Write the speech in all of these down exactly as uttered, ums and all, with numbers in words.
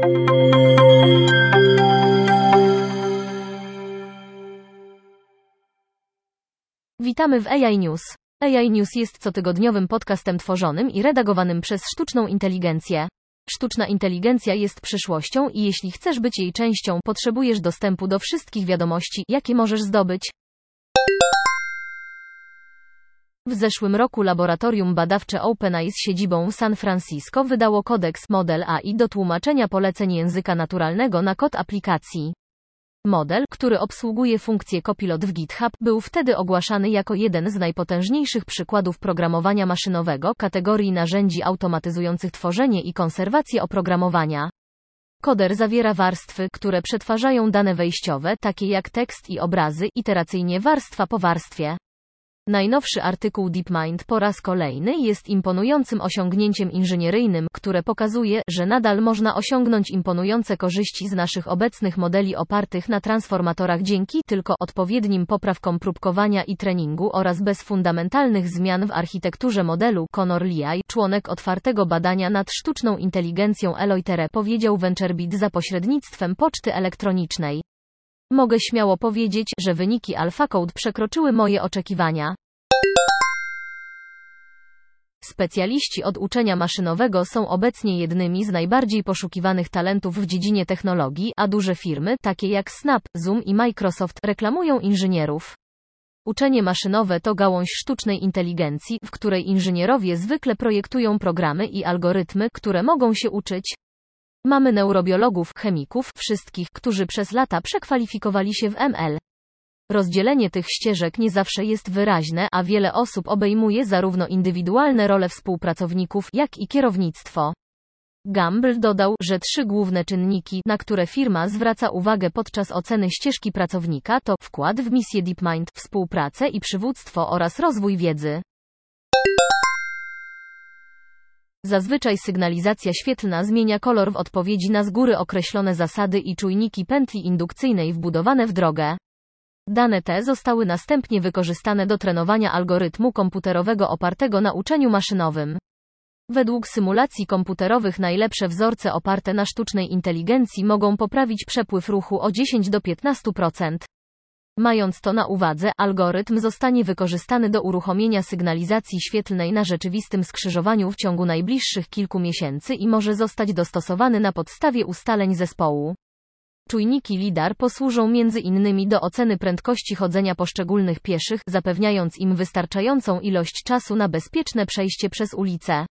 Witamy w A I News. A I News jest cotygodniowym podcastem tworzonym i redagowanym przez sztuczną inteligencję. Sztuczna inteligencja jest przyszłością i jeśli chcesz być jej częścią, potrzebujesz dostępu do wszystkich wiadomości, jakie możesz zdobyć. W zeszłym roku laboratorium badawcze OpenAI z siedzibą w San Francisco wydało kodeks Model A I do tłumaczenia poleceń języka naturalnego na kod aplikacji. Model, który obsługuje funkcję Copilot w GitHub, był wtedy ogłaszany jako jeden z najpotężniejszych przykładów programowania maszynowego kategorii narzędzi automatyzujących tworzenie i konserwację oprogramowania. Koder zawiera warstwy, które przetwarzają dane wejściowe, takie jak tekst i obrazy, iteracyjnie warstwa po warstwie. Najnowszy artykuł DeepMind po raz kolejny jest imponującym osiągnięciem inżynieryjnym, które pokazuje, że nadal można osiągnąć imponujące korzyści z naszych obecnych modeli opartych na transformatorach dzięki tylko odpowiednim poprawkom próbkowania i treningu oraz bez fundamentalnych zmian w architekturze modelu. Conor Liaj, członek otwartego badania nad sztuczną inteligencją Eloitere, powiedział VentureBeat za pośrednictwem poczty elektronicznej. Mogę śmiało powiedzieć, że wyniki AlphaCode przekroczyły moje oczekiwania. Specjaliści od uczenia maszynowego są obecnie jednymi z najbardziej poszukiwanych talentów w dziedzinie technologii, a duże firmy, takie jak Snap, Zoom i Microsoft, reklamują inżynierów. Uczenie maszynowe to gałąź sztucznej inteligencji, w której inżynierowie zwykle projektują programy i algorytmy, które mogą się uczyć. Mamy neurobiologów, chemików, wszystkich, którzy przez lata przekwalifikowali się w M L. Rozdzielenie tych ścieżek nie zawsze jest wyraźne, a wiele osób obejmuje zarówno indywidualne role współpracowników, jak i kierownictwo. Gamble dodał, że trzy główne czynniki, na które firma zwraca uwagę podczas oceny ścieżki pracownika, to wkład w misję DeepMind, współpracę i przywództwo oraz rozwój wiedzy. Zazwyczaj sygnalizacja świetlna zmienia kolor w odpowiedzi na z góry określone zasady i czujniki pętli indukcyjnej wbudowane w drogę. Dane te zostały następnie wykorzystane do trenowania algorytmu komputerowego opartego na uczeniu maszynowym. Według symulacji komputerowych najlepsze wzorce oparte na sztucznej inteligencji mogą poprawić przepływ ruchu o dziesięć do piętnastu procent. Mając to na uwadze, algorytm zostanie wykorzystany do uruchomienia sygnalizacji świetlnej na rzeczywistym skrzyżowaniu w ciągu najbliższych kilku miesięcy i może zostać dostosowany na podstawie ustaleń zespołu. Czujniki lidar posłużą między innymi do oceny prędkości chodzenia poszczególnych pieszych, zapewniając im wystarczającą ilość czasu na bezpieczne przejście przez ulicę.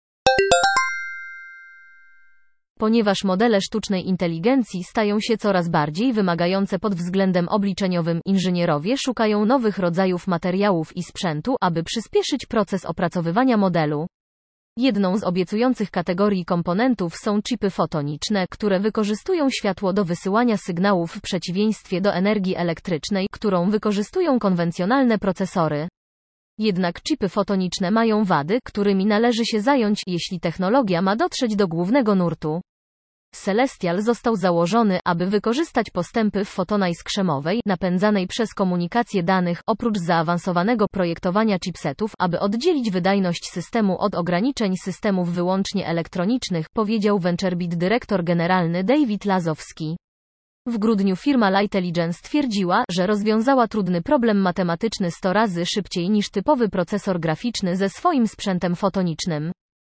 Ponieważ modele sztucznej inteligencji stają się coraz bardziej wymagające pod względem obliczeniowym, inżynierowie szukają nowych rodzajów materiałów i sprzętu, aby przyspieszyć proces opracowywania modelu. Jedną z obiecujących kategorii komponentów są chipy fotoniczne, które wykorzystują światło do wysyłania sygnałów w przeciwieństwie do energii elektrycznej, którą wykorzystują konwencjonalne procesory. Jednak chipy fotoniczne mają wady, którymi należy się zająć, jeśli technologia ma dotrzeć do głównego nurtu. Celestial został założony, aby wykorzystać postępy w fotonais krzemowej, napędzanej przez komunikację danych, oprócz zaawansowanego projektowania chipsetów, aby oddzielić wydajność systemu od ograniczeń systemów wyłącznie elektronicznych, powiedział VentureBeat dyrektor generalny David Lazowski. W grudniu firma Lightelligence twierdziła, że rozwiązała trudny problem matematyczny sto razy szybciej niż typowy procesor graficzny ze swoim sprzętem fotonicznym.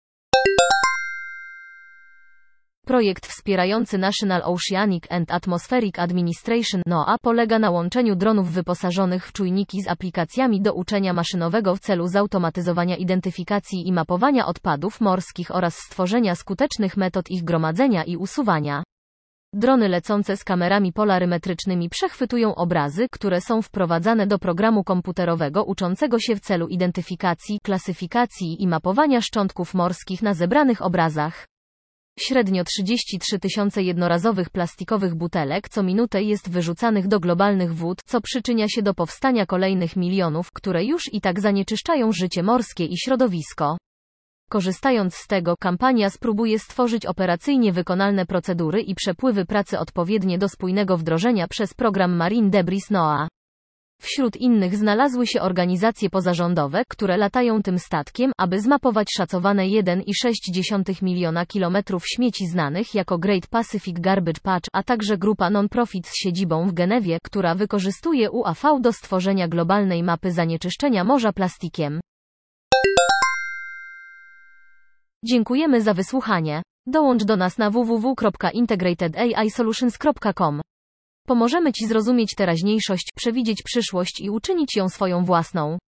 Projekt wspierający National Oceanic and Atmospheric Administration NOAA polega na łączeniu dronów wyposażonych w czujniki z aplikacjami do uczenia maszynowego w celu zautomatyzowania identyfikacji i mapowania odpadów morskich oraz stworzenia skutecznych metod ich gromadzenia i usuwania. Drony lecące z kamerami polarymetrycznymi przechwytują obrazy, które są wprowadzane do programu komputerowego uczącego się w celu identyfikacji, klasyfikacji i mapowania szczątków morskich na zebranych obrazach. Średnio trzydzieści trzy tysiące jednorazowych plastikowych butelek co minutę jest wyrzucanych do globalnych wód, co przyczynia się do powstania kolejnych milionów, które już i tak zanieczyszczają życie morskie i środowisko. Korzystając z tego, kampania spróbuje stworzyć operacyjnie wykonalne procedury i przepływy pracy odpowiednie do spójnego wdrożenia przez program Marine Debris NOAA. Wśród innych znalazły się organizacje pozarządowe, które latają tym statkiem, aby zmapować szacowane jeden i sześć dziesiątych miliona kilometrów śmieci znanych jako Great Pacific Garbage Patch, a także grupa non-profit z siedzibą w Genewie, która wykorzystuje U A V do stworzenia globalnej mapy zanieczyszczenia morza plastikiem. Dziękujemy za wysłuchanie. Dołącz do nas na w w w kropka integrated a i solutions kropka com. Pomożemy Ci zrozumieć teraźniejszość, przewidzieć przyszłość i uczynić ją swoją własną.